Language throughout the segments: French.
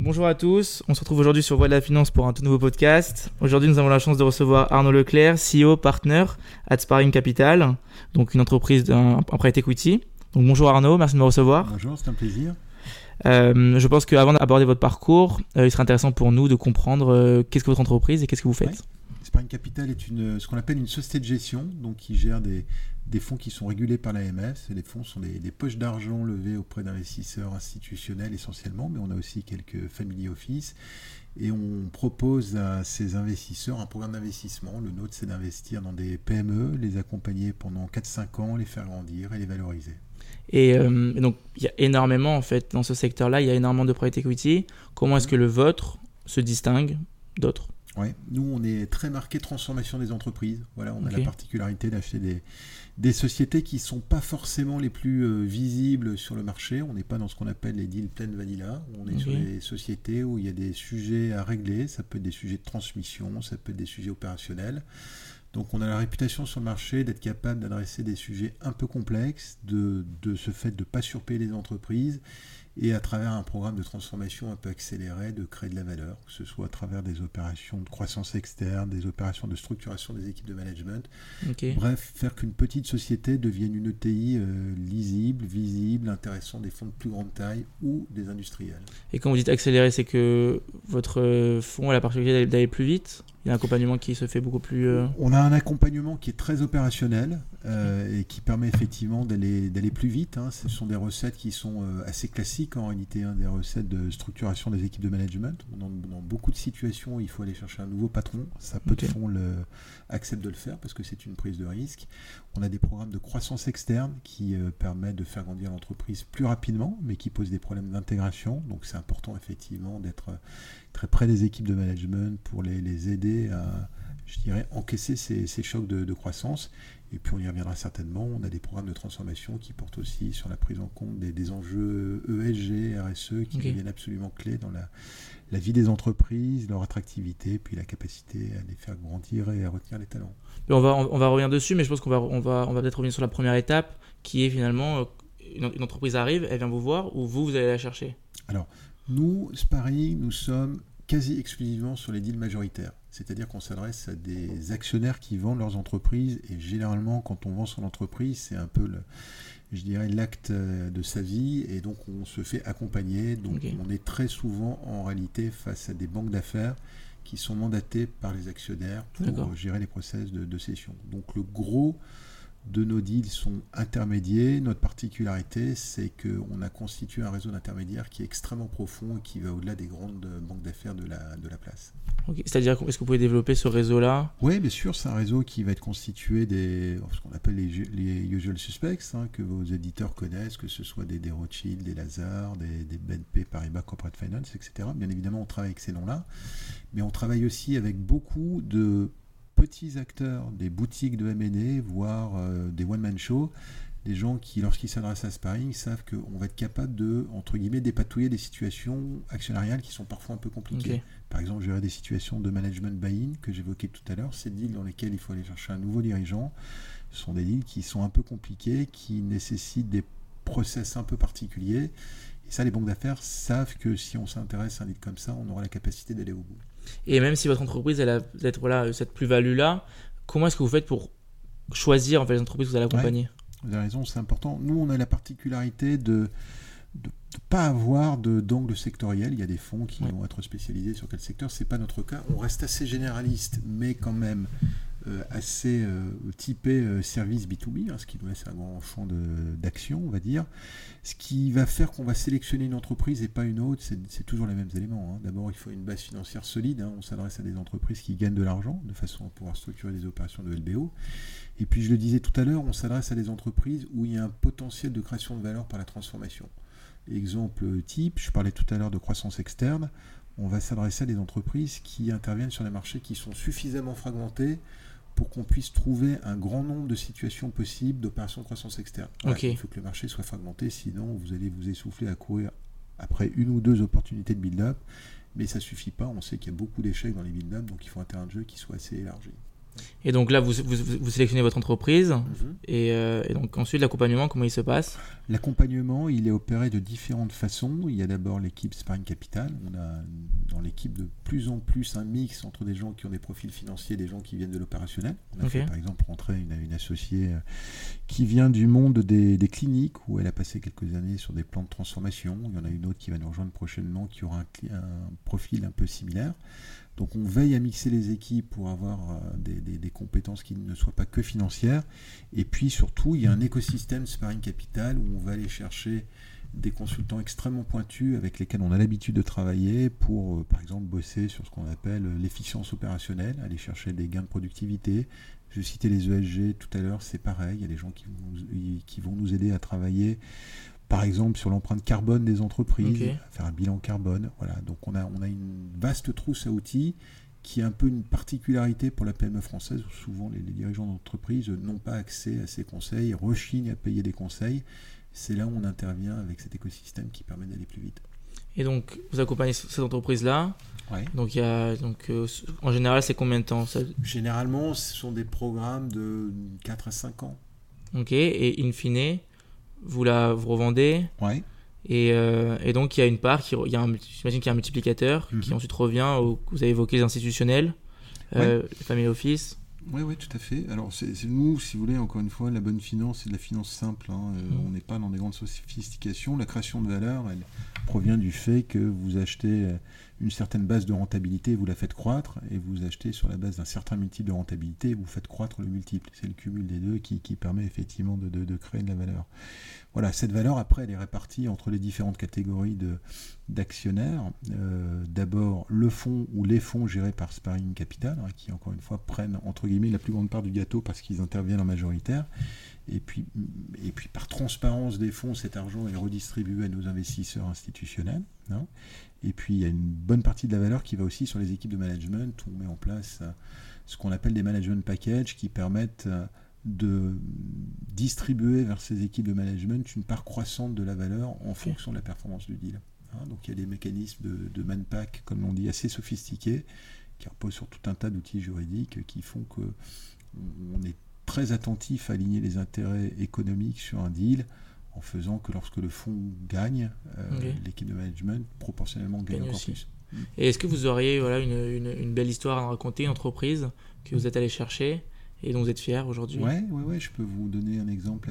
Bonjour à tous, on se retrouve aujourd'hui sur Voix de la Finance pour un tout nouveau podcast. Aujourd'hui, nous avons la chance de recevoir Arnaud Leclerc, CEO Partner at Sparring Capital, donc une entreprise en private equity. Donc bonjour Arnaud, merci de me recevoir. Bonjour, c'est un plaisir. Je pense qu'avant d'aborder votre parcours, il serait intéressant pour nous de comprendre qu'est-ce que votre entreprise et qu'est-ce que vous faites. Ouais. Sparring Capital est ce qu'on appelle une société de gestion, donc qui gère des fonds qui sont régulés par l'AMF. Et les fonds sont des poches d'argent levées auprès d'investisseurs institutionnels essentiellement, mais on a aussi quelques family office. Et on propose à ces investisseurs un programme d'investissement. Le nôtre, c'est d'investir dans des PME, les accompagner pendant 4-5 ans, les faire grandir et les valoriser. Et donc, il y a énormément, en fait, dans ce secteur-là, il y a énormément de private equity. Comment est-ce que le vôtre se distingue d'autres ? Ouais, nous, on est très marqué transformation des entreprises. Voilà, on a la particularité d'acheter des sociétés qui ne sont pas forcément les plus visibles sur le marché. On n'est pas dans ce qu'on appelle les deals plain vanilla. On est sur des sociétés où il y a des sujets à régler. Ça peut être des sujets de transmission, ça peut être des sujets opérationnels. Donc on a la réputation sur le marché d'être capable d'adresser des sujets un peu complexes, de ce fait de ne pas surpayer les entreprises, et à travers un programme de transformation un peu accéléré, de créer de la valeur, que ce soit à travers des opérations de croissance externe, des opérations de structuration des équipes de management. Bref, faire qu'une petite société devienne une ETI lisible, visible, intéressante, des fonds de plus grande taille ou des industriels. Et quand vous dites accéléré, c'est que votre fonds a la particularité d'aller plus vite ? Il y a un accompagnement qui se fait beaucoup plus... On a un accompagnement qui est très opérationnel et qui permet effectivement d'aller plus vite. Ce sont des recettes qui sont assez classiques en réalité, des recettes de structuration des équipes de management. Dans beaucoup de situations, il faut aller chercher un nouveau patron. Ça, peu de fonds acceptent de le faire parce que c'est une prise de risque. On a des programmes de croissance externe qui permettent de faire grandir l'entreprise plus rapidement, mais qui posent des problèmes d'intégration. Donc c'est important effectivement d'être très près des équipes de management pour les aider à, je dirais, encaisser ces chocs de croissance. Et puis on y reviendra certainement. On a des programmes de transformation qui portent aussi sur la prise en compte des enjeux ESG, RSE qui deviennent absolument clés dans la vie des entreprises, leur attractivité, puis la capacité à les faire grandir et à retenir les talents. Et on va revenir dessus, mais je pense qu'on va peut-être revenir sur la première étape, qui est finalement une entreprise arrive, elle vient vous voir, ou vous allez la chercher. Alors, nous, Sparring, nous sommes quasi exclusivement sur les deals majoritaires. C'est-à-dire qu'on s'adresse à des actionnaires qui vendent leurs entreprises, et généralement, quand on vend son entreprise, c'est un peu l'acte de sa vie, et donc on se fait accompagner. Donc on est très souvent en réalité face à des banques d'affaires qui sont mandatées par les actionnaires pour gérer les process de cession. Donc le gros de nos deals sont intermédiaires. Notre particularité, c'est qu'on a constitué un réseau d'intermédiaires qui est extrêmement profond et qui va au-delà des grandes banques d'affaires de la place. C'est-à-dire, est-ce que vous pouvez développer ce réseau-là ? Oui, bien sûr, c'est un réseau qui va être constitué ce qu'on appelle les usual suspects, que vos éditeurs connaissent, que ce soit des Rothschild, des Lazard, des BNP Paribas Corporate Finance, etc. Bien évidemment, on travaille avec ces noms-là, mais on travaille aussi avec beaucoup de petits acteurs, des boutiques de M&A, voire des one-man shows, des gens qui, lorsqu'ils s'adressent à Sparring, savent qu'on va être capable de, entre guillemets, dépatouiller des situations actionnariales qui sont parfois un peu compliquées. Par exemple, gérer des situations de management buy-in que j'évoquais tout à l'heure, ces deals dans lesquels il faut aller chercher un nouveau dirigeant. Ce sont des deals qui sont un peu compliqués, qui nécessitent des process un peu particuliers. Et ça, les banques d'affaires savent que si on s'intéresse à un deal comme ça, on aura la capacité d'aller au bout. Et même si votre entreprise elle a peut-être cette plus-value-là, comment est-ce que vous faites pour choisir les entreprises que vous allez accompagner ? Vous avez raison, c'est important. Nous, on a la particularité de ne pas avoir d'angle sectoriel. Il y a des fonds qui vont être spécialisés sur quel secteur. Ce n'est pas notre cas. On reste assez généraliste, mais quand même assez typé service B2B, ce qui nous laisse un grand champ d'action, on va dire. Ce qui va faire qu'on va sélectionner une entreprise et pas une autre, c'est toujours les mêmes éléments. D'abord, il faut une base financière solide. On s'adresse à des entreprises qui gagnent de l'argent, de façon à pouvoir structurer des opérations de LBO. Et puis, je le disais tout à l'heure, on s'adresse à des entreprises où il y a un potentiel de création de valeur par la transformation. Exemple type, je parlais tout à l'heure de croissance externe, on va s'adresser à des entreprises qui interviennent sur des marchés qui sont suffisamment fragmentés pour qu'on puisse trouver un grand nombre de situations possibles d'opérations de croissance externe. Il faut que le marché soit fragmenté, sinon vous allez vous essouffler à courir après une ou deux opportunités de build-up, mais ça ne suffit pas, on sait qu'il y a beaucoup d'échecs dans les build-up, donc il faut un terrain de jeu qui soit assez élargi. Et donc là, vous sélectionnez votre entreprise. Mhm. Et donc ensuite, l'accompagnement, comment il se passe? L'accompagnement, il est opéré de différentes façons. Il y a d'abord l'équipe Sparring Capital. On a dans l'équipe de plus en plus un mix entre des gens qui ont des profils financiers et des gens qui viennent de l'opérationnel. On a fait par exemple rentrer une associée qui vient du monde des cliniques, où elle a passé quelques années sur des plans de transformation. Il y en a une autre qui va nous rejoindre prochainement qui aura un profil un peu similaire. Donc on veille à mixer les équipes pour avoir des compétences qui ne soient pas que financières. Et puis surtout, il y a un écosystème Sparring Capital où on va aller chercher des consultants extrêmement pointus avec lesquels on a l'habitude de travailler pour, par exemple, bosser sur ce qu'on appelle l'efficience opérationnelle, aller chercher des gains de productivité. Je citais les ESG tout à l'heure, c'est pareil, il y a des gens qui vont nous aider à travailler, par exemple, sur l'empreinte carbone des entreprises, faire un bilan carbone. Voilà. Donc on a une vaste trousse à outils qui a un peu une particularité pour la PME française, où souvent les dirigeants d'entreprise n'ont pas accès à ces conseils, rechignent à payer des conseils. C'est là où on intervient avec cet écosystème qui permet d'aller plus vite. Et donc, vous accompagnez cette entreprise-là. Ouais. Donc, en général, c'est combien de temps ça... Généralement, ce sont des programmes de 4 à 5 ans. Ok, et in fine, vous revendez. Ouais. Et donc, il y a une part, j'imagine qu'il y a un multiplicateur qui ensuite revient, vous avez évoqué les institutionnels, les family office. Oui, tout à fait. Alors, c'est nous, si vous voulez, encore une fois, la bonne finance, c'est de la finance simple. On n'est pas dans des grandes sophistications. La création de valeur, elle provient du fait que vous achetez une certaine base de rentabilité, vous la faites croître, et vous achetez sur la base d'un certain multiple de rentabilité, et vous faites croître le multiple. C'est le cumul des deux qui permet effectivement de créer de la valeur. Voilà, cette valeur, après, elle est répartie entre les différentes catégories d'actionnaires. D'abord, le fonds ou les fonds gérés par Sparring Capital, qui, encore une fois, prennent, entre guillemets, la plus grande part du gâteau parce qu'ils interviennent en majoritaire. Et puis, par transparence des fonds, cet argent est redistribué à nos investisseurs institutionnels. Et puis, il y a une bonne partie de la valeur qui va aussi sur les équipes de management, où on met en place ce qu'on appelle des management packages qui permettent de distribuer vers ces équipes de management une part croissante de la valeur en fonction de la performance du deal. Donc il y a des mécanismes de manpack, comme on dit, assez sophistiqués, qui reposent sur tout un tas d'outils juridiques qui font qu'on est très attentif à aligner les intérêts économiques sur un deal, en faisant que lorsque le fonds gagne, l'équipe de management proportionnellement gagne encore plus. Et est-ce que vous auriez une belle histoire à raconter, une entreprise que vous êtes allé chercher et dont vous êtes fier aujourd'hui? Ouais, je peux vous donner un exemple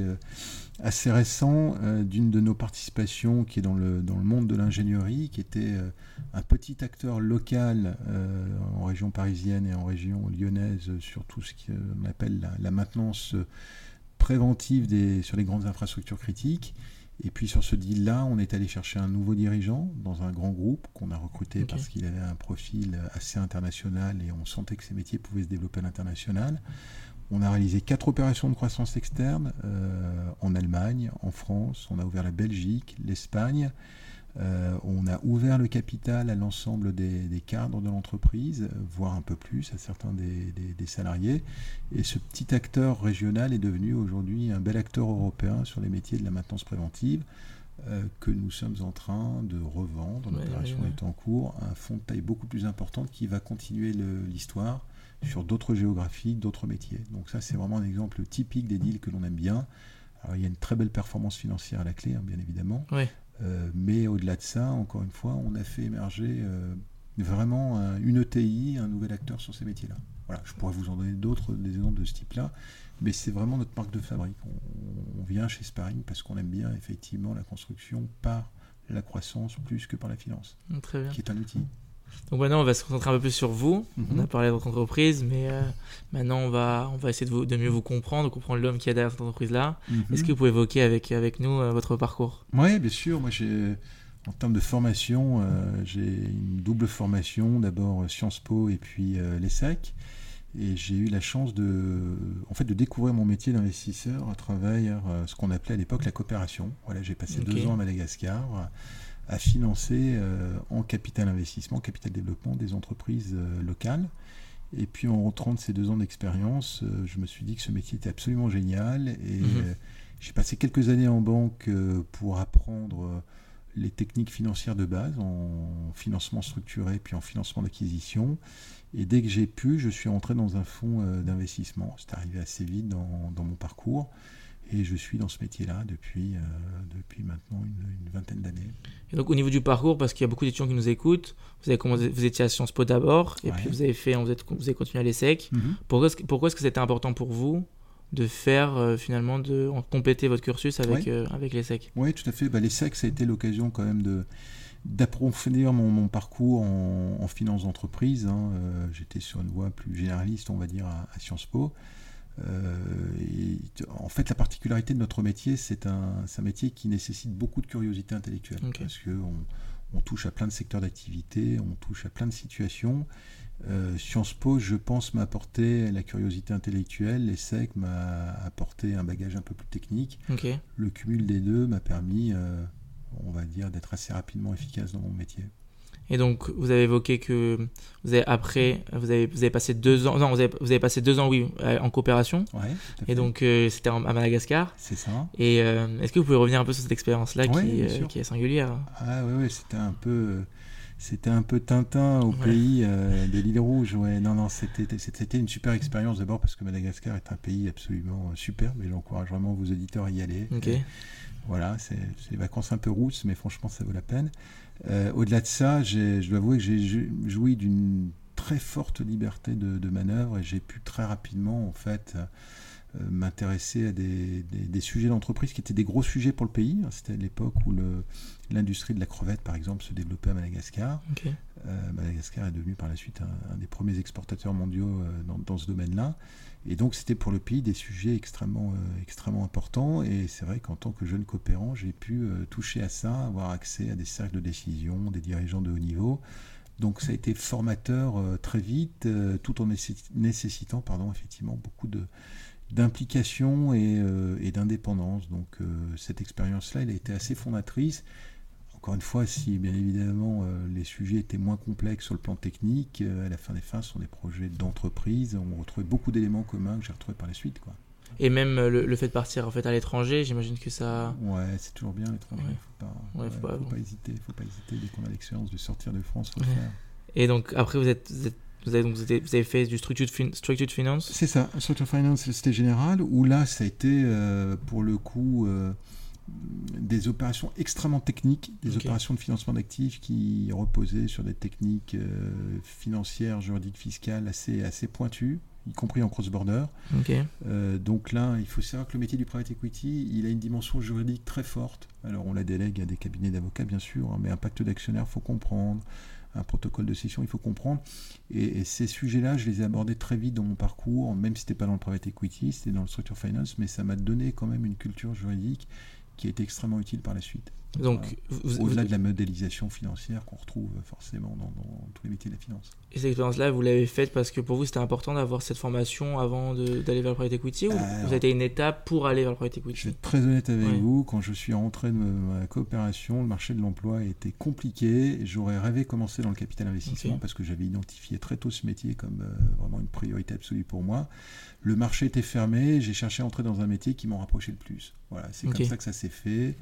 assez récent d'une de nos participations qui est dans le monde de l'ingénierie, qui était un petit acteur local en région parisienne et en région lyonnaise sur tout ce qu'on appelle la maintenance préventive sur les grandes infrastructures critiques. Et puis sur ce deal-là, on est allé chercher un nouveau dirigeant dans un grand groupe qu'on a recruté parce qu'il avait un profil assez international et on sentait que ses métiers pouvaient se développer à l'international. On a réalisé 4 opérations de croissance externe en Allemagne, en France, on a ouvert la Belgique, l'Espagne. On a ouvert le capital à l'ensemble des cadres de l'entreprise, voire un peu plus à certains des salariés. Et ce petit acteur régional est devenu aujourd'hui un bel acteur européen sur les métiers de la maintenance préventive que nous sommes en train de revendre. L'opération est en cours. Un fonds de taille beaucoup plus importante qui va continuer l'histoire sur d'autres géographies, d'autres métiers. Donc ça, c'est vraiment un exemple typique des deals que l'on aime bien. Alors, il y a une très belle performance financière à la clé, bien évidemment. Mais au-delà de ça, encore une fois, on a fait émerger vraiment une ETI, un nouvel acteur sur ces métiers-là. Voilà, je pourrais vous en donner d'autres, des exemples de ce type-là, mais c'est vraiment notre marque de fabrique. On vient chez Sparring parce qu'on aime bien effectivement la construction par la croissance plus que par la finance, Très bien. Qui est un outil. Donc maintenant, on va se concentrer un peu plus sur vous. On a parlé de votre entreprise, mais maintenant, on va essayer de mieux vous comprendre, de comprendre l'homme qui est derrière cette entreprise-là. Est-ce que vous pouvez évoquer avec nous votre parcours? Oui, bien sûr. Moi, en termes de formation, j'ai une double formation. D'abord Sciences Po et puis l'ESSEC. Et j'ai eu la chance de découvrir mon métier d'investisseur à travers ce qu'on appelait à l'époque la coopération. Voilà, j'ai passé 2 ans à Madagascar à financer en capital investissement, capital développement des entreprises locales. Et puis en rentrant de ces 2 ans d'expérience, je me suis dit que ce métier était absolument génial. Et j'ai passé quelques années en banque pour apprendre les techniques financières de base en financement structuré puis en financement d'acquisition. Et dès que j'ai pu, je suis rentré dans un fonds d'investissement. C'est arrivé assez vite dans mon parcours. Et je suis dans ce métier-là depuis maintenant une vingtaine d'années. Et donc au niveau du parcours, parce qu'il y a beaucoup d'étudiants qui nous écoutent, vous étiez à Sciences Po d'abord, et puis vous avez continué à l'ESSEC. Pourquoi est-ce que c'était important pour vous de faire finalement de compléter votre cursus avec l'ESSEC? Oui, tout à fait. L'ESSEC, ça a été l'occasion quand même d'approfondir mon parcours en finance d'entreprise. J'étais sur une voie plus généraliste, on va dire, à Sciences Po. Et en fait, la particularité de notre métier, c'est un métier qui nécessite beaucoup de curiosité intellectuelle, parce qu'on touche à plein de secteurs d'activité, on touche à plein de situations. Sciences Po, je pense, m'a apporté la curiosité intellectuelle, l'ESSEC m'a apporté un bagage un peu plus technique. Le cumul des deux m'a permis, on va dire, d'être assez rapidement efficace dans mon métier. Et donc, vous avez évoqué que vous avez passé 2 ans, vous avez passé 2 ans, en coopération. Ouais, et donc, c'était à Madagascar. C'est ça. Et est-ce que vous pouvez revenir un peu sur cette expérience-là qui est singulière? Ah oui, c'était un peu Tintin au pays de l'île Rouge. Ouais, non, c'était une super expérience d'abord parce que Madagascar est un pays absolument superbe et j'encourage vraiment vos auditeurs à y aller. Voilà, c'est des vacances un peu rousses, mais franchement, ça vaut la peine. Au-delà de ça, je dois avouer que j'ai joui d'une très forte liberté de manœuvre et j'ai pu très rapidement, en fait, m'intéresser à des sujets d'entreprise qui étaient des gros sujets pour le pays. C'était à l'époque où l'industrie de la crevette, par exemple, se développait à Madagascar. Madagascar est devenu par la suite un des premiers exportateurs mondiaux dans ce domaine-là. Et donc, c'était pour le pays des sujets extrêmement importants. Et c'est vrai qu'en tant que jeune coopérant, j'ai pu toucher à ça, avoir accès à des cercles de décision, des dirigeants de haut niveau. Donc, ça a été formateur très vite, tout en nécessitant, effectivement, beaucoup d'implication et d'indépendance. Donc, cette expérience-là, elle a été assez fondatrice. Encore une fois, si bien évidemment les sujets étaient moins complexes sur le plan technique, à la fin des fins, ce sont des projets d'entreprise. On retrouvait beaucoup d'éléments communs que j'ai retrouvés par la suite, quoi. Et même le fait de partir en fait à l'étranger, j'imagine que ça. Ouais, c'est toujours bien l'étranger. Faut pas hésiter. Dès qu'on a l'expérience de sortir de France, faut le faire. Et donc après, vous avez fait du structured finance. C'est ça, structured finance, c'était général. Où là, ça a été pour le coup. Des opérations extrêmement techniques, des opérations de financement d'actifs qui reposaient sur des techniques financières, juridiques, fiscales assez pointues, y compris en cross-border. Donc là, il faut savoir que le métier du private equity, il a une dimension juridique très forte. Alors on la délègue à des cabinets d'avocats, bien sûr, mais un pacte d'actionnaires, il faut comprendre. Un protocole de cession, il faut comprendre. Et ces sujets-là, je les ai abordés très vite dans mon parcours, même si c'était pas dans le private equity, c'était dans le structure finance, mais ça m'a donné quand même une culture juridique qui a été extrêmement utile par la suite. Donc, au-delà de la modélisation financière qu'on retrouve forcément dans tous les métiers de la finance. Et cette expérience-là, vous l'avez faite parce que pour vous, c'était important d'avoir cette formation avant d'aller vers le private equity, ou vous avez été une étape pour aller vers le private equity? Je vais être très honnête avec vous, quand je suis rentré de ma coopération, le marché de l'emploi était compliqué. J'aurais rêvé commencer dans le capital investissement parce que j'avais identifié très tôt ce métier comme vraiment une priorité absolue pour moi. Le marché était fermé, j'ai cherché à entrer dans un métier qui m'en rapprochait le plus. Voilà, c'est comme ça que ça s'est fait.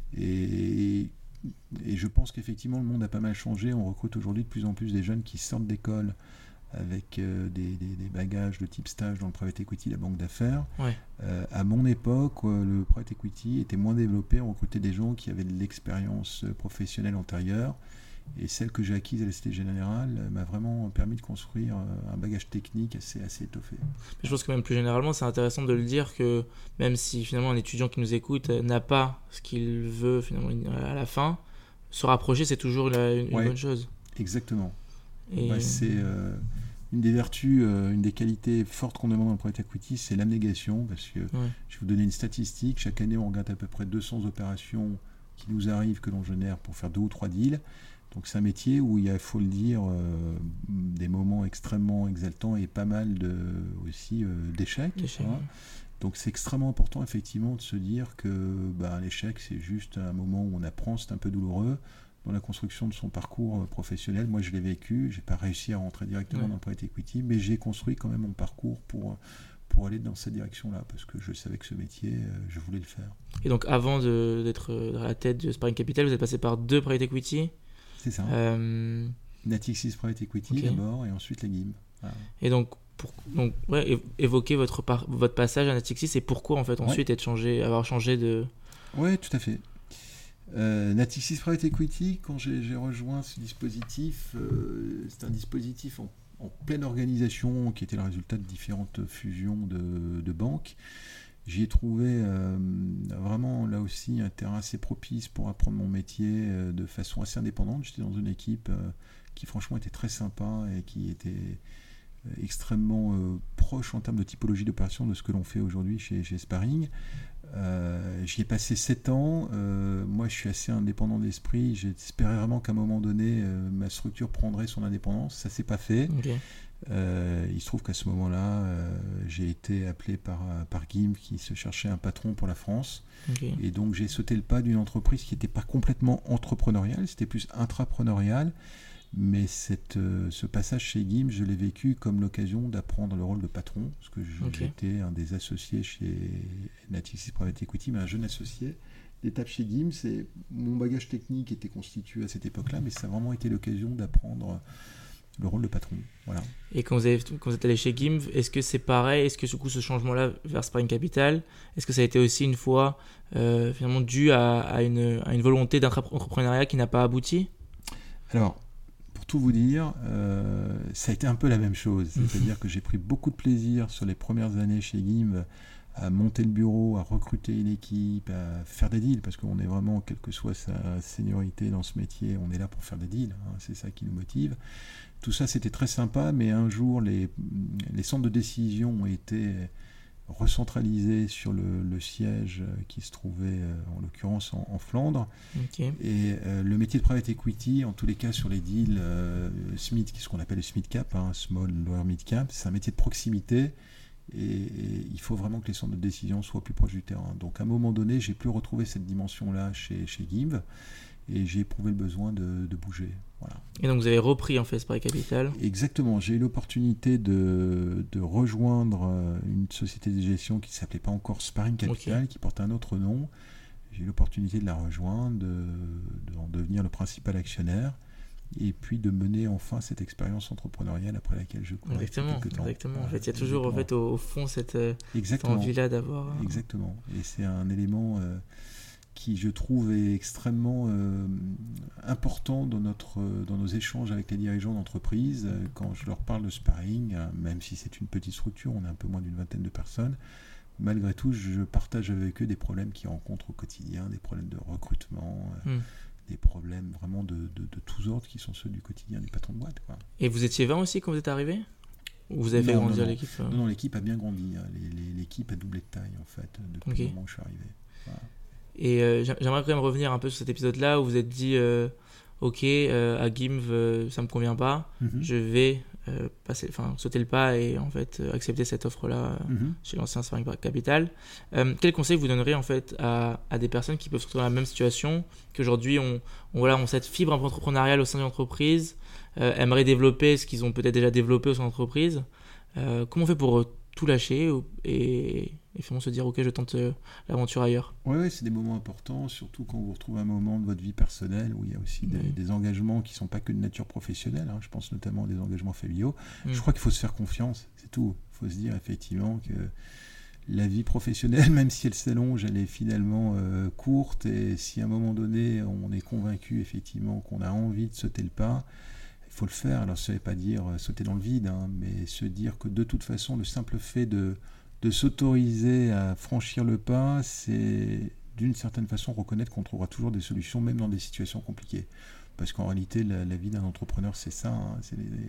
Et je pense qu'effectivement, le monde a pas mal changé. On recrute aujourd'hui de plus en plus des jeunes qui sortent d'école avec des bagages de type stage dans le private equity, la banque d'affaires. À mon époque, le private equity était moins développé. On recrutait des gens qui avaient de l'expérience professionnelle antérieure. Et celle que j'ai acquise à la Société Générale m'a vraiment permis de construire un bagage technique assez étoffé. Mais je pense que même plus généralement, c'est intéressant de le dire que même si finalement un étudiant qui nous écoute n'a pas ce qu'il veut finalement à la fin, se rapprocher, c'est toujours une bonne chose. Exactement. C'est une des vertus, une des qualités fortes qu'on demande dans le private equity, c'est l'abnégation. Parce que je vais vous donner une statistique. Chaque année, on regarde à peu près 200 opérations qui nous arrivent, que l'on génère pour faire 2 ou 3 deals. Donc c'est un métier où il y a, il faut le dire, des moments extrêmement exaltants et pas mal aussi d'échecs. Donc c'est extrêmement important effectivement de se dire que l'échec, c'est juste un moment où on apprend, c'est un peu douloureux. Dans la construction de son parcours professionnel, moi je l'ai vécu, j'ai pas réussi à rentrer directement dans le private equity, mais j'ai construit quand même mon parcours pour pour aller dans cette direction-là, parce que je savais que ce métier, je voulais le faire. Et donc, avant d'être à la tête de Sparring Capital, vous êtes passé par 2 private equity. C'est ça. Natixis Private Equity d'abord, et ensuite la GIM. Voilà. Et donc, évoquer votre passage à Natixis et pourquoi en fait ensuite avoir changé de... Oui, tout à fait. Natixis Private Equity, quand j'ai rejoint ce dispositif, c'est un dispositif en pleine organisation qui était le résultat de différentes fusions de banques. J'y ai trouvé vraiment là aussi un terrain assez propice pour apprendre mon métier de façon assez indépendante. J'étais dans une équipe qui franchement était très sympa et qui était extrêmement proche en termes de typologie d'opération de ce que l'on fait aujourd'hui chez Sparring. J'y ai passé 7 ans. Moi, je suis assez indépendant d'esprit. J'espérais vraiment qu'à un moment donné, ma structure prendrait son indépendance. Ça ne s'est pas fait. Okay. Il se trouve qu'à ce moment-là, j'ai été appelé par GIM qui se cherchait un patron pour la France. Okay. Et donc, j'ai sauté le pas d'une entreprise qui n'était pas complètement entrepreneuriale, c'était plus intrapreneurial. Mais ce passage chez GIM, je l'ai vécu comme l'occasion d'apprendre le rôle de patron, parce que j'étais un des associés chez Natixis Private Equity, mais un jeune associé. L'étape chez GIM, c'est mon bagage technique était constitué à cette époque-là, mais ça a vraiment été l'occasion d'apprendre le rôle de patron. Voilà. Et quand vous êtes allé chez GIM, est-ce que c'est pareil? Est-ce que du coup, ce changement-là vers Sparring Capital, est-ce que ça a été aussi une fois finalement dû à une volonté d'entrepreneuriat qui n'a pas abouti? Alors, pour tout vous dire, ça a été un peu la même chose. C'est-à-dire que j'ai pris beaucoup de plaisir sur les premières années chez GIM à monter le bureau, à recruter une équipe, à faire des deals, parce qu'on est vraiment, quelle que soit sa seniorité dans ce métier, on est là pour faire des deals, hein, c'est ça qui nous motive. Tout ça, c'était très sympa, mais un jour, les centres de décision ont été recentralisés sur le siège qui se trouvait, en l'occurrence, en Flandre. Okay. Et le métier de private equity, en tous les cas, sur les deals SMID, ce qu'on appelle le SMID Cap, hein, Small Lower Mid Cap, c'est un métier de proximité. Et il faut vraiment que les centres de décision soient plus proches du terrain. Donc à un moment donné, j'ai pu retrouver cette dimension-là chez GIM et j'ai éprouvé le besoin de bouger. Voilà. Et donc vous avez repris en fait Sparring Capital? Exactement, j'ai eu l'opportunité de rejoindre une société de gestion qui ne s'appelait pas encore Sparring Capital, qui portait un autre nom. J'ai eu l'opportunité de la rejoindre, d'en devenir le principal actionnaire. Et puis de mener enfin cette expérience entrepreneuriale après laquelle je courais quelques temps. Exactement. En fait, il y a toujours en fait, au fond cette envie-là d'avoir... Exactement. Et c'est un élément qui, je trouve, est extrêmement important dans nos échanges avec les dirigeants d'entreprise. Quand je leur parle de sparring, même si c'est une petite structure, on est un peu moins d'une vingtaine de personnes, malgré tout, je partage avec eux des problèmes qu'ils rencontrent au quotidien, des problèmes de recrutement... des problèmes vraiment de tous ordres qui sont ceux du quotidien du patron de boîte, quoi. Et vous étiez 20 aussi quand vous êtes arrivé? Ou vous avez fait grandir l'équipe? Non, l'équipe a bien grandi. Hein. L'équipe a doublé de taille, en fait, depuis le moment où je suis arrivé. Voilà. Et j'aimerais quand même revenir un peu sur cet épisode-là où vous êtes dit ok, à GIM, ça me convient pas, je vais sauter le pas et en fait accepter cette offre-là chez l'ancien Sparring Capital. Quel conseil vous donneriez en fait à des personnes qui peuvent se retrouver dans la même situation, qu'aujourd'hui ont cette fibre un peu entrepreneuriale au sein de l'entreprise, aimeraient développer ce qu'ils ont peut-être déjà développé au sein de l'entreprise? Comment on fait pour tout lâcher et finalement se dire ok, je tente l'aventure ailleurs? Oui, c'est des moments importants, surtout quand vous retrouvez un moment de votre vie personnelle où il y a aussi des engagements qui ne sont pas que de nature professionnelle, hein. Je pense notamment à des engagements familiaux. Je crois qu'il faut se faire confiance, c'est tout. Il faut se dire effectivement que la vie professionnelle, même si elle s'allonge, elle est finalement courte, et si à un moment donné on est convaincu effectivement qu'on a envie de sauter le pas, il faut le faire. Alors ça ne veut pas dire sauter dans le vide, hein, mais se dire que de toute façon le simple fait de s'autoriser à franchir le pas, c'est d'une certaine façon reconnaître qu'on trouvera toujours des solutions, même dans des situations compliquées. Parce qu'en réalité, la vie d'un entrepreneur, c'est ça. Hein,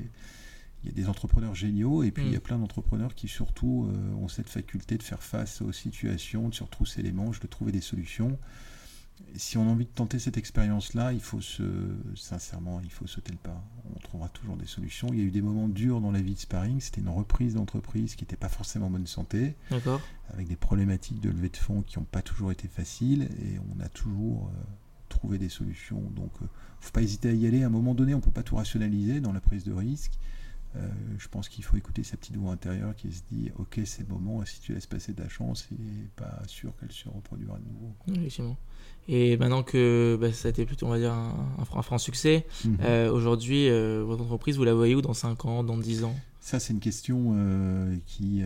il y a des entrepreneurs géniaux, et puis il y a plein d'entrepreneurs qui surtout ont cette faculté de faire face aux situations, de se retrousser les manches, de trouver des solutions. Et si on a envie de tenter cette expérience-là, sincèrement, il faut sauter le pas. On trouvera toujours des solutions. Il y a eu des moments durs dans la vie de Sparring. C'était une reprise d'entreprise qui n'était pas forcément en bonne santé, avec des problématiques de levée de fonds qui n'ont pas toujours été faciles, et on a toujours trouvé des solutions. Donc, il ne faut pas hésiter à y aller. À un moment donné, on ne peut pas tout rationaliser dans la prise de risque. Je pense qu'il faut écouter sa petite voix intérieure qui se dit ok, c'est le moment, si tu laisses passer ta chance, il n'est pas sûr qu'elle se reproduira de nouveau. Effectivement. Et maintenant que ça a été plutôt, on va dire, un franc succès, aujourd'hui, votre entreprise, vous la voyez où dans 5 ans, dans 10 ans? Ça, c'est une question qui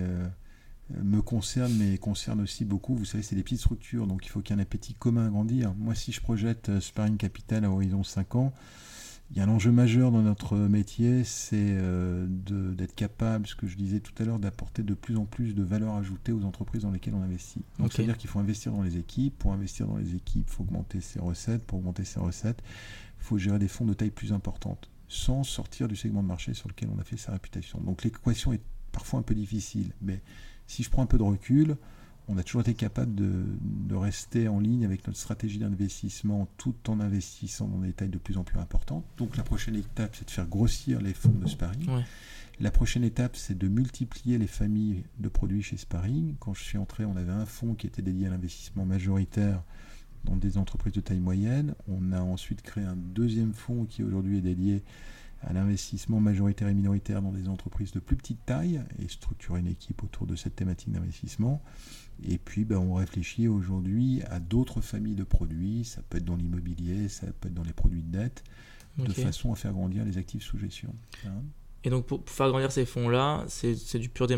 me concerne, mais concerne aussi beaucoup. Vous savez, c'est des petites structures, donc il faut qu'il y ait un appétit commun à grandir. Moi, si je projette Sparring Capital à horizon 5 ans, il y a un enjeu majeur dans notre métier, c'est d'être capable, ce que je disais tout à l'heure, d'apporter de plus en plus de valeur ajoutée aux entreprises dans lesquelles on investit. Donc, c'est-à-dire qu'il faut investir dans les équipes. Pour investir dans les équipes, il faut augmenter ses recettes. Pour augmenter ses recettes, il faut gérer des fonds de taille plus importante, sans sortir du segment de marché sur lequel on a fait sa réputation. Donc, l'équation est parfois un peu difficile, mais si je prends un peu de recul, on a toujours été capable de rester en ligne avec notre stratégie d'investissement tout en investissant dans des tailles de plus en plus importantes. Donc la prochaine étape, c'est de faire grossir les fonds de Sparring. Ouais. La prochaine étape, c'est de multiplier les familles de produits chez Sparring. Quand je suis entré, on avait un fonds qui était dédié à l'investissement majoritaire dans des entreprises de taille moyenne. On a ensuite créé un deuxième fonds qui aujourd'hui est dédié à l'investissement majoritaire et minoritaire dans des entreprises de plus petite taille et structurer une équipe autour de cette thématique d'investissement. Et puis, on réfléchit aujourd'hui à d'autres familles de produits. Ça peut être dans l'immobilier, ça peut être dans les produits de dette, de façon à faire grandir les actifs sous gestion. Et donc, pour faire grandir ces fonds-là, c'est du pur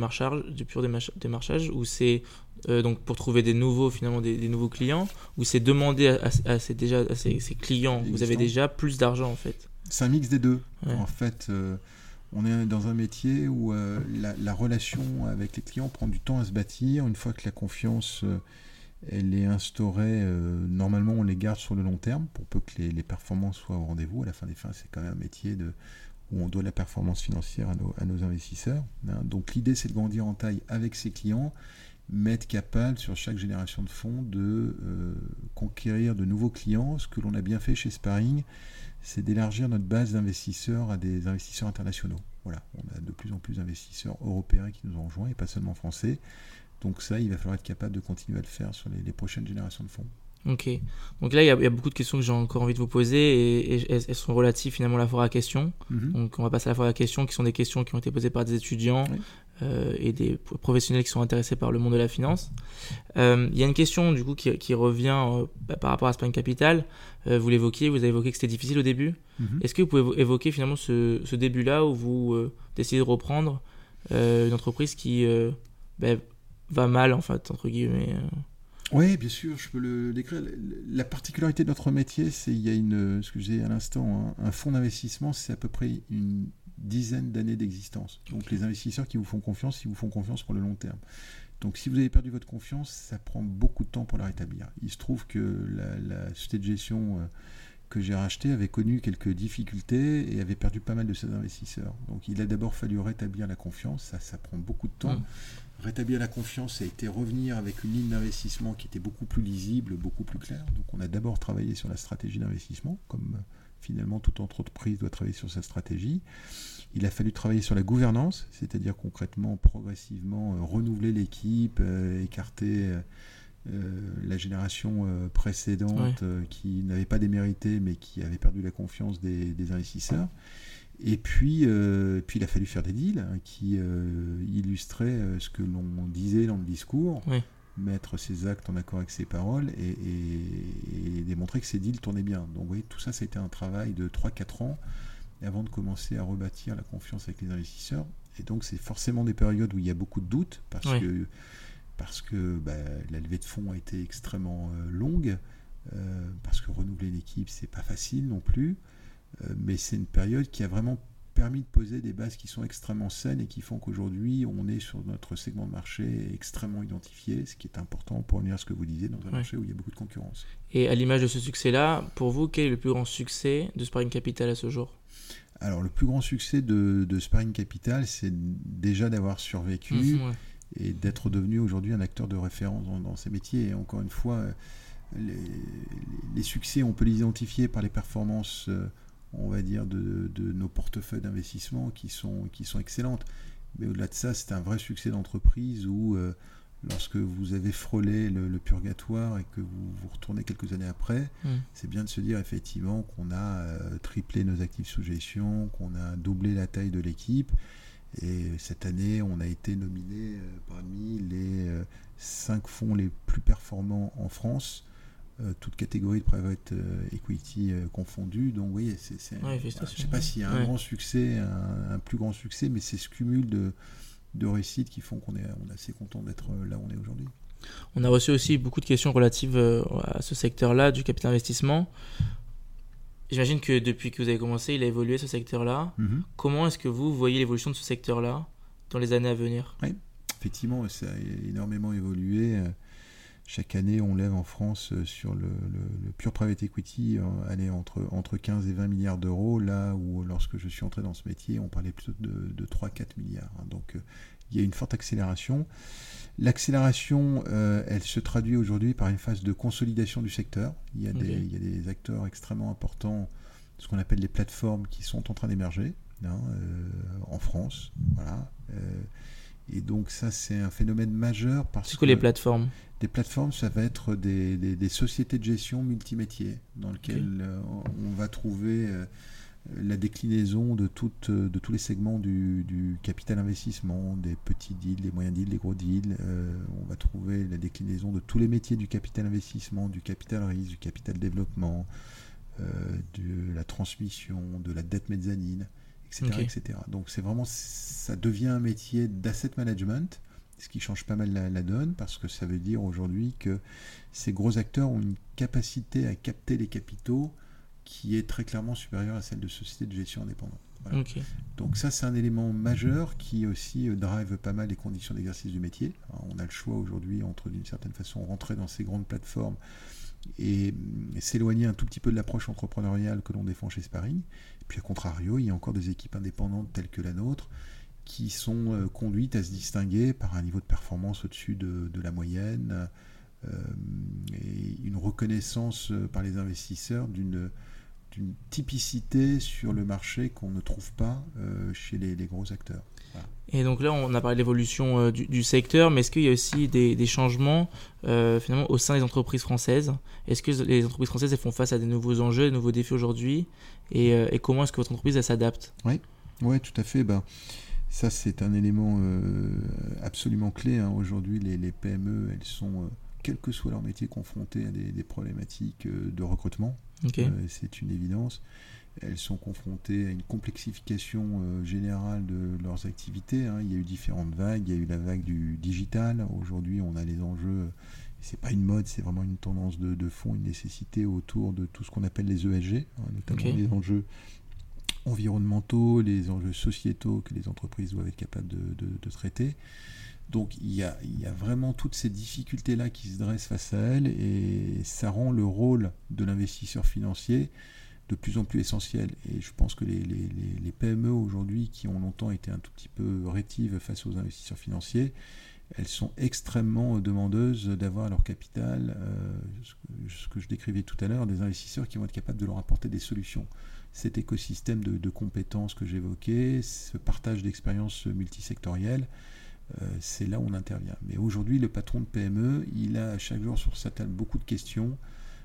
démarchage ou c'est donc pour trouver des nouveaux clients, ou c'est demander à ces clients, vous avez déjà plus d'argent en fait? C'est un mix des deux. Ouais. En fait, on est dans un métier où la relation avec les clients prend du temps à se bâtir. Une fois que la confiance elle est instaurée, normalement on les garde sur le long terme pour peu que les performances soient au rendez-vous. À la fin des fins, c'est quand même un métier où on doit la performance financière à nos investisseurs. Donc l'idée, c'est de grandir en taille avec ses clients, mais être capable sur chaque génération de fonds de conquérir de nouveaux clients. Ce que l'on a bien fait chez Sparring, c'est d'élargir notre base d'investisseurs à des investisseurs internationaux. Voilà, on a de plus en plus d'investisseurs européens qui nous ont rejoints et pas seulement français. Donc ça, il va falloir être capable de continuer à le faire sur les prochaines générations de fonds. Ok. Donc là, il y a beaucoup de questions que j'ai encore envie de vous poser et elles sont relatives finalement à la foire à questions. Donc on va passer à la foire à questions qui sont des questions qui ont été posées par des étudiants et des professionnels qui sont intéressés par le monde de la finance. Il y a une question du coup qui revient par rapport à Sparring Capital. Vous avez évoqué que c'était difficile au début. Est-ce que vous pouvez évoquer finalement ce début-là où vous décidez de reprendre une entreprise qui va mal en fait, entre guillemets Oui, bien sûr, je peux le décrire. La particularité de notre métier, c'est qu'il y a ce que je disais à l'instant, un fonds d'investissement, c'est à peu près une dizaine d'années d'existence. Donc les investisseurs qui vous font confiance, ils vous font confiance pour le long terme. Donc si vous avez perdu votre confiance, ça prend beaucoup de temps pour la rétablir. Il se trouve que la société de gestion que j'ai rachetée avait connu quelques difficultés et avait perdu pas mal de ses investisseurs. Donc il a d'abord fallu rétablir la confiance, ça prend beaucoup de temps. Rétablir la confiance, ça a été revenir avec une ligne d'investissement qui était beaucoup plus lisible, beaucoup plus claire. Donc on a d'abord travaillé sur la stratégie d'investissement, comme finalement toute entreprise doit travailler sur sa stratégie. Il a fallu travailler sur la gouvernance, c'est-à-dire concrètement, progressivement, renouveler l'équipe, écarter la génération précédente qui n'avait pas démérité, mais qui avait perdu la confiance des investisseurs. Et puis il a fallu faire des deals qui illustraient ce que l'on disait dans le discours, mettre ses actes en accord avec ses paroles et démontrer que ces deals tournaient bien. Donc vous voyez, tout ça, ça a été un travail de 3-4 ans avant de commencer à rebâtir la confiance avec les investisseurs. Et donc c'est forcément des périodes où il y a beaucoup de doutes parce que la levée de fonds a été extrêmement longue, parce que renouveler l'équipe, c'est pas facile non plus. Mais c'est une période qui a vraiment permis de poser des bases qui sont extrêmement saines et qui font qu'aujourd'hui, on est sur notre segment de marché extrêmement identifié, ce qui est important pour revenir à ce que vous disiez, dans un marché où il y a beaucoup de concurrence. Et à l'image de ce succès-là, pour vous, quel est le plus grand succès de Sparring Capital à ce jour ? Alors, le plus grand succès de Sparring Capital, c'est déjà d'avoir survécu et d'être devenu aujourd'hui un acteur de référence dans ces métiers. Et encore une fois, les succès, on peut les identifier par les performances on va dire, de nos portefeuilles d'investissement qui sont excellentes. Mais au-delà de ça, c'est un vrai succès d'entreprise où lorsque vous avez frôlé le purgatoire et que vous retournez quelques années après, c'est bien de se dire effectivement qu'on a triplé nos actifs sous gestion, qu'on a doublé la taille de l'équipe. Et cette année, on a été nominé parmi les 5 fonds les plus performants en France, toutes catégories de private equity confondues. Donc oui, je ne sais pas s'il y a un grand succès, un plus grand succès, mais c'est ce cumul de réussites qui font qu'on est assez content d'être là où on est aujourd'hui. On a reçu aussi beaucoup de questions relatives à ce secteur-là, du capital investissement. J'imagine que depuis que vous avez commencé, il a évolué ce secteur-là. Comment est-ce que vous voyez l'évolution de ce secteur-là dans les années à venir ? Oui, effectivement, ça a énormément évolué. Chaque année, on lève en France sur le pure private equity entre 15 et 20 milliards d'euros, là où lorsque je suis entré dans ce métier, on parlait plutôt de 3-4 milliards. Donc il y a une forte accélération. L'accélération, elle se traduit aujourd'hui par une phase de consolidation du secteur. Il y a des acteurs extrêmement importants, ce qu'on appelle les plateformes, qui sont en train d'émerger en France. Voilà. Et donc ça, c'est un phénomène majeur. C'est quoi les plateformes ? Des plateformes, ça va être des sociétés de gestion multimétiers dans lesquelles on va trouver la déclinaison de tous les segments du capital investissement, des petits deals, des moyens deals, des gros deals. On va trouver la déclinaison de tous les métiers du capital investissement, du capital risque, du capital développement, de la transmission, de la dette mezzanine, etc., etc. Donc ça devient un métier d'asset management, ce qui change pas mal la donne, parce que ça veut dire aujourd'hui que ces gros acteurs ont une capacité à capter les capitaux qui est très clairement supérieure à celle de sociétés de gestion indépendantes. Voilà. Donc ça, c'est un élément majeur qui aussi drive pas mal les conditions d'exercice du métier. Alors, on a le choix aujourd'hui entre, d'une certaine façon, rentrer dans ces grandes plateformes et s'éloigner un tout petit peu de l'approche entrepreneuriale que l'on défend chez Sparring. Et puis, à contrario, il y a encore des équipes indépendantes telles que la nôtre qui sont conduites à se distinguer par un niveau de performance au-dessus de la moyenne et une reconnaissance par les investisseurs d'une typicité sur le marché qu'on ne trouve pas chez les gros acteurs. Voilà. Et donc là, on a parlé de l'évolution du secteur, mais est-ce qu'il y a aussi des changements finalement au sein des entreprises françaises ? Est-ce que les entreprises françaises elles font face à des nouveaux enjeux, des nouveaux défis aujourd'hui ? Et comment est-ce que votre entreprise elle s'adapte ? Oui, tout à fait. Ça, c'est un élément absolument clé. Aujourd'hui, les PME, elles sont, quel que soit leur métier, confrontées à des problématiques de recrutement. C'est une évidence. Elles sont confrontées à une complexification générale de leurs activités. Il y a eu différentes vagues. Il y a eu la vague du digital. Aujourd'hui, on a les enjeux. C'est pas une mode, c'est vraiment une tendance de fond, une nécessité autour de tout ce qu'on appelle les ESG, notamment les enjeux environnementaux, les enjeux sociétaux que les entreprises doivent être capables de traiter. Donc il y a vraiment toutes ces difficultés-là qui se dressent face à elles, et ça rend le rôle de l'investisseur financier de plus en plus essentiel. Et je pense que les PME aujourd'hui, qui ont longtemps été un tout petit peu rétives face aux investisseurs financiers, elles sont extrêmement demandeuses d'avoir à leur capital, ce que je décrivais tout à l'heure, des investisseurs qui vont être capables de leur apporter des solutions. Cet écosystème de compétences que j'évoquais, ce partage d'expériences multisectorielles, c'est là où on intervient. Mais aujourd'hui, le patron de PME, il a chaque jour sur sa table beaucoup de questions.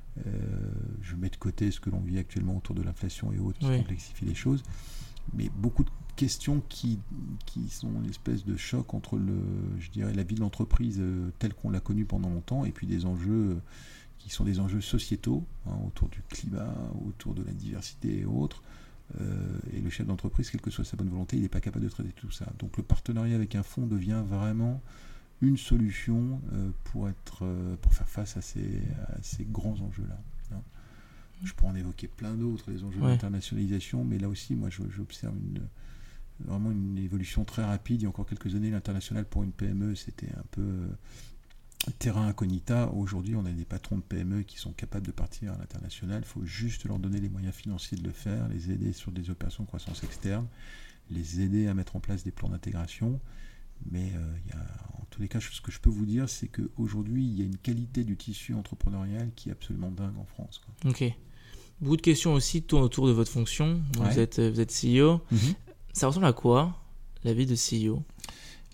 Je mets de côté ce que l'on vit actuellement autour de l'inflation et autres qui complexifient les choses, mais beaucoup de questions qui sont une espèce de choc entre la vie de l'entreprise telle qu'on l'a connue pendant longtemps, et puis des enjeux qui sont des enjeux sociétaux, autour du climat, autour de la diversité et autres. Et le chef d'entreprise, quelle que soit sa bonne volonté, il n'est pas capable de traiter tout ça. Donc le partenariat avec un fonds devient vraiment une solution pour faire face à ces grands enjeux-là. Je pourrais en évoquer plein d'autres, les enjeux d'internationalisation, mais là aussi, moi, j'observe vraiment une évolution très rapide. Il y a encore quelques années, l'international pour une PME, c'était un peu terrain incognita. Aujourd'hui, on a des patrons de PME qui sont capables de partir à l'international. Il faut juste leur donner les moyens financiers de le faire, les aider sur des opérations de croissance externe, les aider à mettre en place des plans d'intégration. Mais en tous les cas, ce que je peux vous dire, c'est qu'aujourd'hui, il y a une qualité du tissu entrepreneurial qui est absolument dingue en France. Ok. Beaucoup de questions aussi tournent autour de votre fonction. Vous êtes CEO. Ça ressemble à quoi, la vie de CEO ?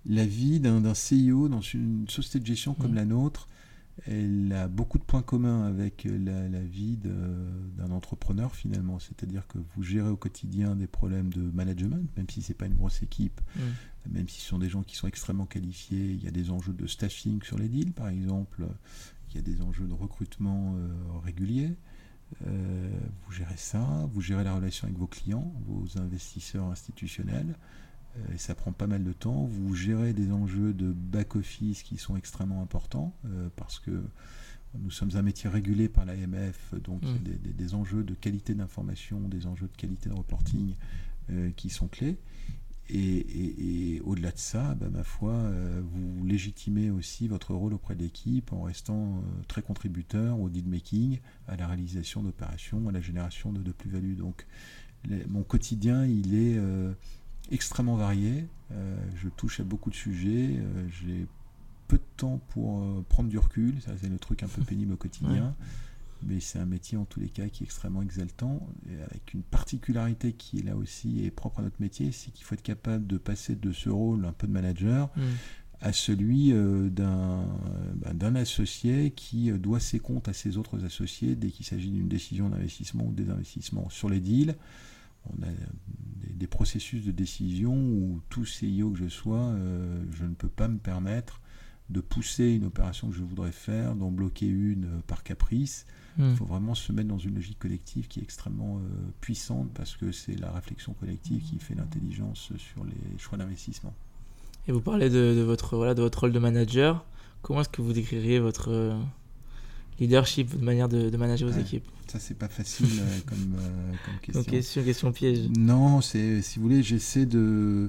La vie d'un CIO dans une société de gestion comme la nôtre, elle a beaucoup de points communs avec la vie d'un entrepreneur finalement. C'est-à-dire que vous gérez au quotidien des problèmes de management, même si ce n'est pas une grosse équipe, même si ce sont des gens qui sont extrêmement qualifiés. Il y a des enjeux de staffing sur les deals, par exemple. Il y a des enjeux de recrutement réguliers. Vous gérez ça, vous gérez la relation avec vos clients, vos investisseurs institutionnels. Et ça prend pas mal de temps. Vous gérez des enjeux de back-office qui sont extrêmement importants parce que nous sommes un métier régulé par l'AMF, donc il y a des enjeux de qualité d'information, des enjeux de qualité de reporting qui sont clés. Et au-delà de ça, ma foi, vous légitimez aussi votre rôle auprès de l'équipe en restant très contributeur au deal making, à la réalisation d'opérations, à la génération de plus-value. Donc mon quotidien, il est extrêmement varié, je touche à beaucoup de sujets, j'ai peu de temps pour prendre du recul, ça c'est le truc un peu pénible au quotidien, mais c'est un métier en tous les cas qui est extrêmement exaltant, et avec une particularité qui est là aussi et propre à notre métier, c'est qu'il faut être capable de passer de ce rôle un peu de manager à celui d'un associé qui doit ses comptes à ses autres associés dès qu'il s'agit d'une décision d'investissement ou des investissements sur les deals. On a des processus de décision où tout CIO que je sois, je ne peux pas me permettre de pousser une opération que je voudrais faire, d'en bloquer une par caprice. Il faut vraiment se mettre dans une logique collective qui est extrêmement puissante parce que c'est la réflexion collective qui fait l'intelligence sur les choix d'investissement. Et vous parlez de votre rôle de manager. Comment est-ce que vous décririez votre leadership, votre manière de manager vos équipes? Ça, c'est pas facile comme question. Question piège. Non, si vous voulez, j'essaie de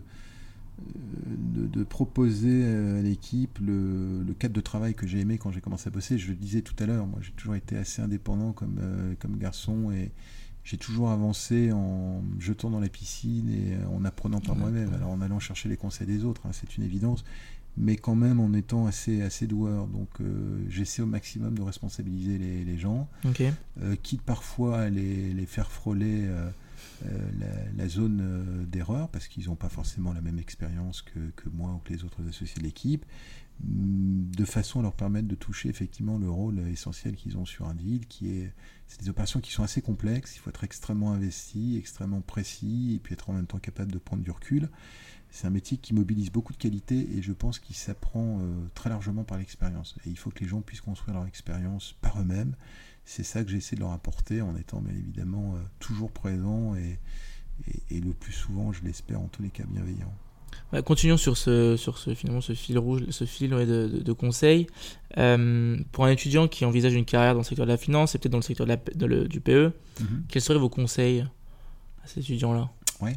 proposer à l'équipe le cadre de travail que j'ai aimé quand j'ai commencé à bosser. Je le disais tout à l'heure, moi j'ai toujours été assez indépendant comme garçon et j'ai toujours avancé en me jetant dans la piscine et en apprenant par moi-même, alors en allant chercher les conseils des autres, c'est une évidence, mais quand même en étant assez doueur. Donc j'essaie au maximum de responsabiliser les gens, quitte parfois à les faire frôler la zone d'erreur, parce qu'ils n'ont pas forcément la même expérience que moi ou que les autres associés de l'équipe, de façon à leur permettre de toucher effectivement le rôle essentiel qu'ils ont sur un deal, c'est des opérations qui sont assez complexes, il faut être extrêmement investi, extrêmement précis, et puis être en même temps capable de prendre du recul. C'est un métier qui mobilise beaucoup de qualité et je pense qu'il s'apprend très largement par l'expérience. Et il faut que les gens puissent construire leur expérience par eux-mêmes. C'est ça que j'essaie de leur apporter en étant bien évidemment toujours présent et le plus souvent, je l'espère, en tous les cas bienveillant. Continuons sur ce fil rouge, ce fil de conseils. Pour un étudiant qui envisage une carrière dans le secteur de la finance et peut-être dans le secteur du PE, quels seraient vos conseils à ces étudiants-là?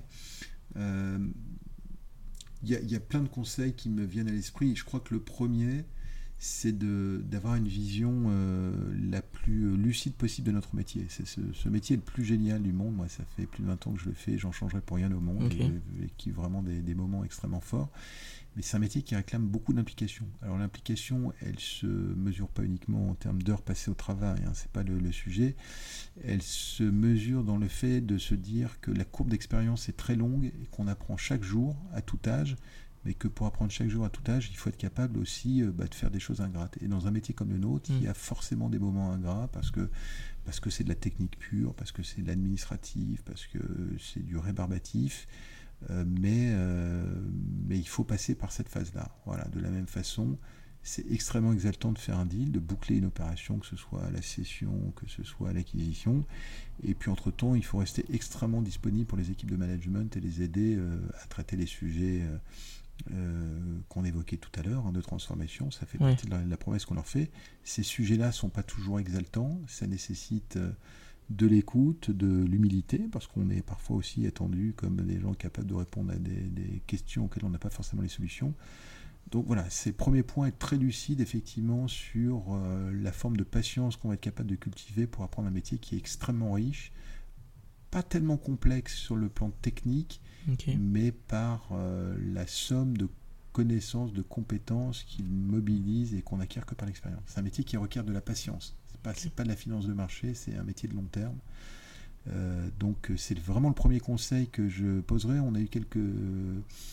Il y a plein de conseils qui me viennent à l'esprit. Je crois que le premier, c'est d'avoir une vision la plus lucide possible de notre métier. C'est ce métier le plus génial du monde. Moi, ça fait plus de 20 ans que je le fais, j'en changerai pour rien au monde. J'ai vécu vraiment des moments extrêmement forts. Mais c'est un métier qui réclame beaucoup d'implication. Alors l'implication, elle se mesure pas uniquement en termes d'heures passées au travail, c'est pas le sujet. Elle se mesure dans le fait de se dire que la courbe d'expérience est très longue et qu'on apprend chaque jour, à tout âge, mais que pour apprendre chaque jour à tout âge, il faut être capable aussi de faire des choses ingrates. Et dans un métier comme le nôtre, il y a forcément des moments ingrats parce que c'est de la technique pure, parce que c'est de l'administratif, parce que c'est du rébarbatif. Mais il faut passer par cette phase-là. Voilà, de la même façon, c'est extrêmement exaltant de faire un deal, de boucler une opération, que ce soit à la cession, que ce soit à l'acquisition. Et puis entre-temps, il faut rester extrêmement disponible pour les équipes de management et les aider à traiter les sujets qu'on évoquait tout à l'heure, de transformation. Ça fait partie de la promesse qu'on leur fait. Ces sujets-là ne sont pas toujours exaltants, ça nécessite de l'écoute, de l'humilité, parce qu'on est parfois aussi attendu comme des gens capables de répondre à des questions auxquelles on n'a pas forcément les solutions. Donc voilà, ces premiers points, être très lucide effectivement sur la forme de patience qu'on va être capable de cultiver pour apprendre un métier qui est extrêmement riche, pas tellement complexe sur le plan technique, mais par la somme de connaissances, de compétences qu'il mobilise et qu'on n'acquiert que par l'expérience. C'est un métier qui requiert de la patience. C'est pas de la finance de marché, c'est un métier de long terme. Donc c'est vraiment le premier conseil que je poserai. On a eu quelques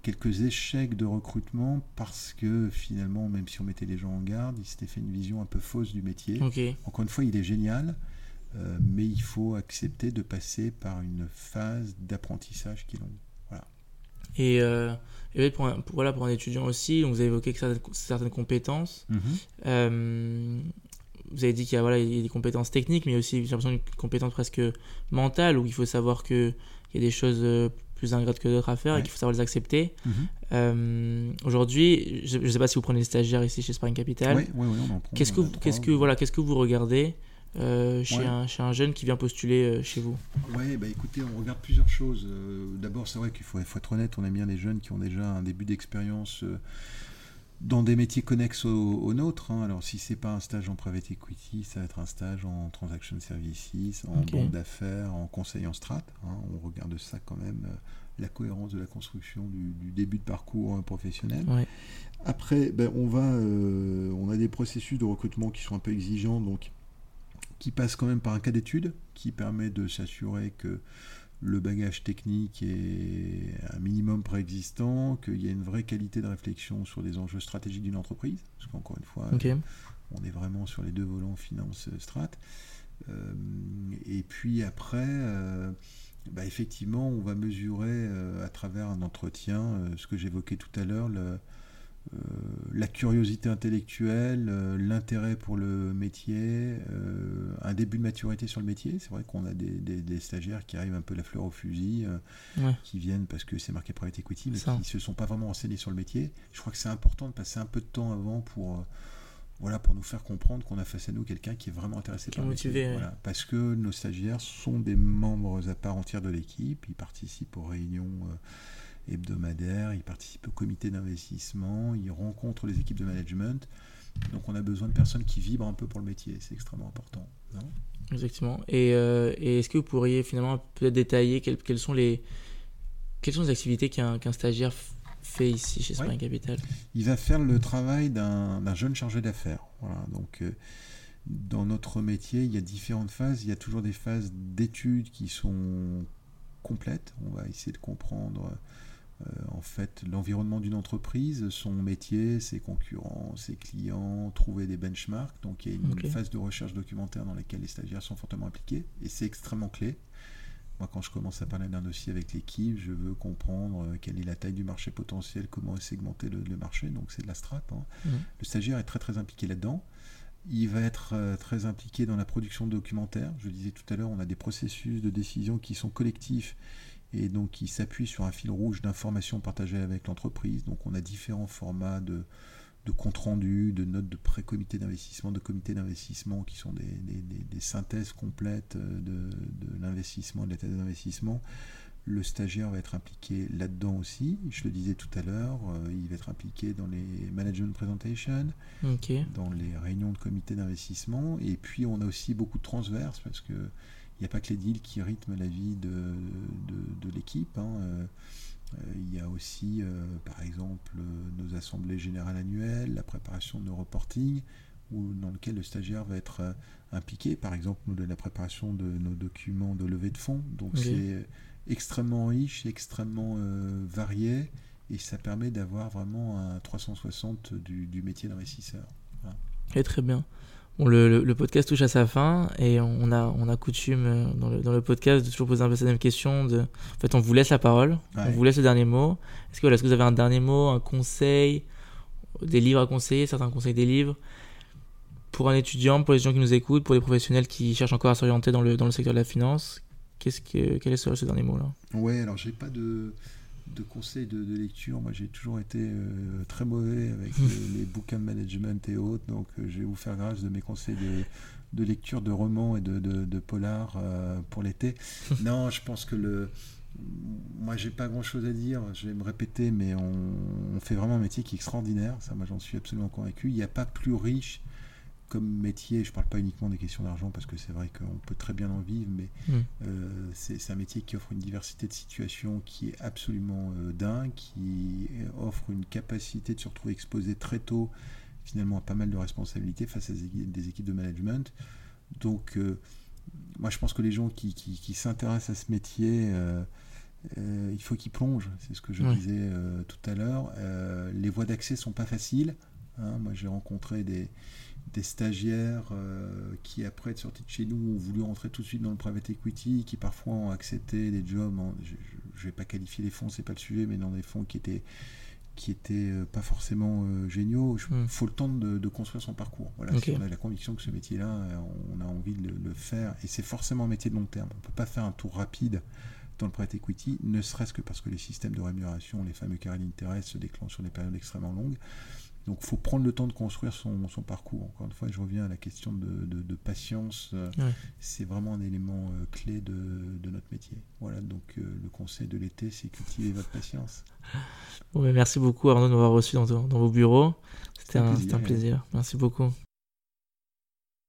quelques échecs de recrutement parce que finalement, même si on mettait les gens en garde, il s'était fait une vision un peu fausse du métier. Okay. Encore une fois, il est génial, mais il faut accepter de passer par une phase d'apprentissage qui est longue. Voilà. Et pour un étudiant aussi, donc vous avez évoqué certaines compétences. Vous avez dit qu'il y a des compétences techniques, mais aussi j'ai l'impression une compétence presque mentale, où il faut savoir qu'il y a des choses plus ingrates que d'autres à faire et qu'il faut savoir les accepter. Aujourd'hui, je ne sais pas si vous prenez des stagiaires ici chez Sparring Capital. Oui, on en prend. Qu'est-ce que vous regardez chez un jeune qui vient postuler chez vous? Oui, écoutez, on regarde plusieurs choses. D'abord, c'est vrai qu'il faut être honnête, on aime bien les jeunes qui ont déjà un début d'expérience dans des métiers connexes aux nôtres. Alors, si c'est pas un stage en private equity, ça va être un stage en transaction services, en banque d'affaires, en conseil en strat. On regarde ça quand même, la cohérence de la construction du début de parcours professionnel. Ouais. Après, on a des processus de recrutement qui sont un peu exigeants, donc qui passent quand même par un cas d'étude qui permet de s'assurer que le bagage technique est un minimum préexistant, qu'il y a une vraie qualité de réflexion sur les enjeux stratégiques d'une entreprise, parce qu'encore une fois, on est vraiment sur les deux volants finance-strat. Et puis après, effectivement, on va mesurer à travers un entretien ce que j'évoquais tout à l'heure, la curiosité intellectuelle, l'intérêt pour le métier, un début de maturité sur le métier. C'est vrai qu'on a des stagiaires qui arrivent un peu la fleur au fusil, qui viennent parce que c'est marqué private equity, mais qui ne se sont pas vraiment renseignés sur le métier. Je crois que c'est important de passer un peu de temps avant pour nous faire comprendre qu'on a face à nous quelqu'un qui est vraiment intéressé par le métier. Voilà, parce que nos stagiaires sont des membres à part entière de l'équipe, ils participent aux réunions hebdomadaires, ils participent au comité d'investissement, ils rencontrent les équipes de management. Donc on a besoin de personnes qui vibrent un peu pour le métier, c'est extrêmement important. Non ? Exactement. Et est-ce que vous pourriez finalement peut-être détailler quelles sont les activités qu'un stagiaire fait ici chez Sparring Capital? Il va faire le travail d'un jeune chargé d'affaires. Voilà, donc dans notre métier, il y a différentes phases. Il y a toujours des phases d'études qui sont complètes. On va essayer de comprendre en fait l'environnement d'une entreprise, son métier, ses concurrents, ses clients, trouver des benchmarks. Donc il y a une phase de recherche documentaire dans laquelle les stagiaires sont fortement impliqués et c'est extrêmement clé. Moi, quand je commence à parler d'un dossier avec l'équipe, je veux comprendre quelle est la taille du marché potentiel, comment est segmenté le marché, donc c'est de la strat. Le stagiaire est très très impliqué là-dedans. Il va être très impliqué dans la production de documentaires. Je le disais tout à l'heure, on a des processus de décision qui sont collectifs et donc qui s'appuient sur un fil rouge d'informations partagées avec l'entreprise. Donc on a différents formats de comptes rendus, de notes de pré-comité d'investissement, de comité d'investissement qui sont des synthèses complètes de l'investissement, de la thèse d'investissement. Le stagiaire va être impliqué là-dedans aussi. Je le disais tout à l'heure, il va être impliqué dans les management presentations, dans les réunions de comité d'investissement. Et puis on a aussi beaucoup de transverses parce que il n'y a pas que les deals qui rythment la vie de l'équipe. Il y a aussi, par exemple, nos assemblées générales annuelles, la préparation de nos reportings, dans lequel le stagiaire va être impliqué, par exemple, de la préparation de nos documents de levée de fonds. Donc c'est extrêmement riche, extrêmement varié, et ça permet d'avoir vraiment un 360 du métier d'investisseur. Voilà. Et très bien. Bon, le podcast touche à sa fin et on a coutume dans le podcast de toujours poser un peu cette même question. En fait, on vous laisse la parole, on vous laisse le dernier mot. Est-ce que vous avez un dernier mot, un conseil, des livres à conseiller, certains conseils des livres pour un étudiant, pour les gens qui nous écoutent, pour les professionnels qui cherchent encore à s'orienter dans le secteur de la finance? Quel est ce dernier mot-là? Ouais, alors j'ai pas de conseils de lecture. Moi, j'ai toujours été très mauvais avec les bouquins de management et autres, donc je vais vous faire grâce de mes conseils de lecture de romans et de polars pour l'été. Non, je pense que moi, j'ai pas grand-chose à dire. Je vais me répéter, mais on fait vraiment un métier qui est extraordinaire. Ça, moi, j'en suis absolument convaincu. Il n'y a pas plus riche comme métier. Je ne parle pas uniquement des questions d'argent parce que c'est vrai qu'on peut très bien en vivre, mais c'est un métier qui offre une diversité de situations qui est absolument dingue, qui offre une capacité de se retrouver exposé très tôt finalement à pas mal de responsabilités face à des équipes de management. Donc moi je pense que les gens qui s'intéressent à ce métier il faut qu'ils plongent, c'est ce que je disais tout à l'heure. Les voies d'accès ne sont pas faciles. Moi, j'ai rencontré des stagiaires qui, après être sortis de chez nous, ont voulu rentrer tout de suite dans le private equity, qui parfois ont accepté des jobs, je ne vais pas qualifier les fonds, c'est pas le sujet, mais dans des fonds qui étaient pas forcément géniaux. Il faut le temps de construire son parcours. Voilà, si on a la conviction que ce métier-là, on a envie de le faire, et c'est forcément un métier de long terme. On ne peut pas faire un tour rapide dans le private equity, ne serait-ce que parce que les systèmes de rémunération, les fameux carré d'intérêt, se déclenchent sur des périodes extrêmement longues. Donc il faut prendre le temps de construire son parcours. Encore une fois, je reviens à la question de patience. C'est vraiment un élément clé de notre métier. Voilà, donc le conseil de l'été, c'est cultiver votre patience. Merci beaucoup Arnaud de m'avoir reçu dans vos bureaux. C'était un plaisir. Merci beaucoup.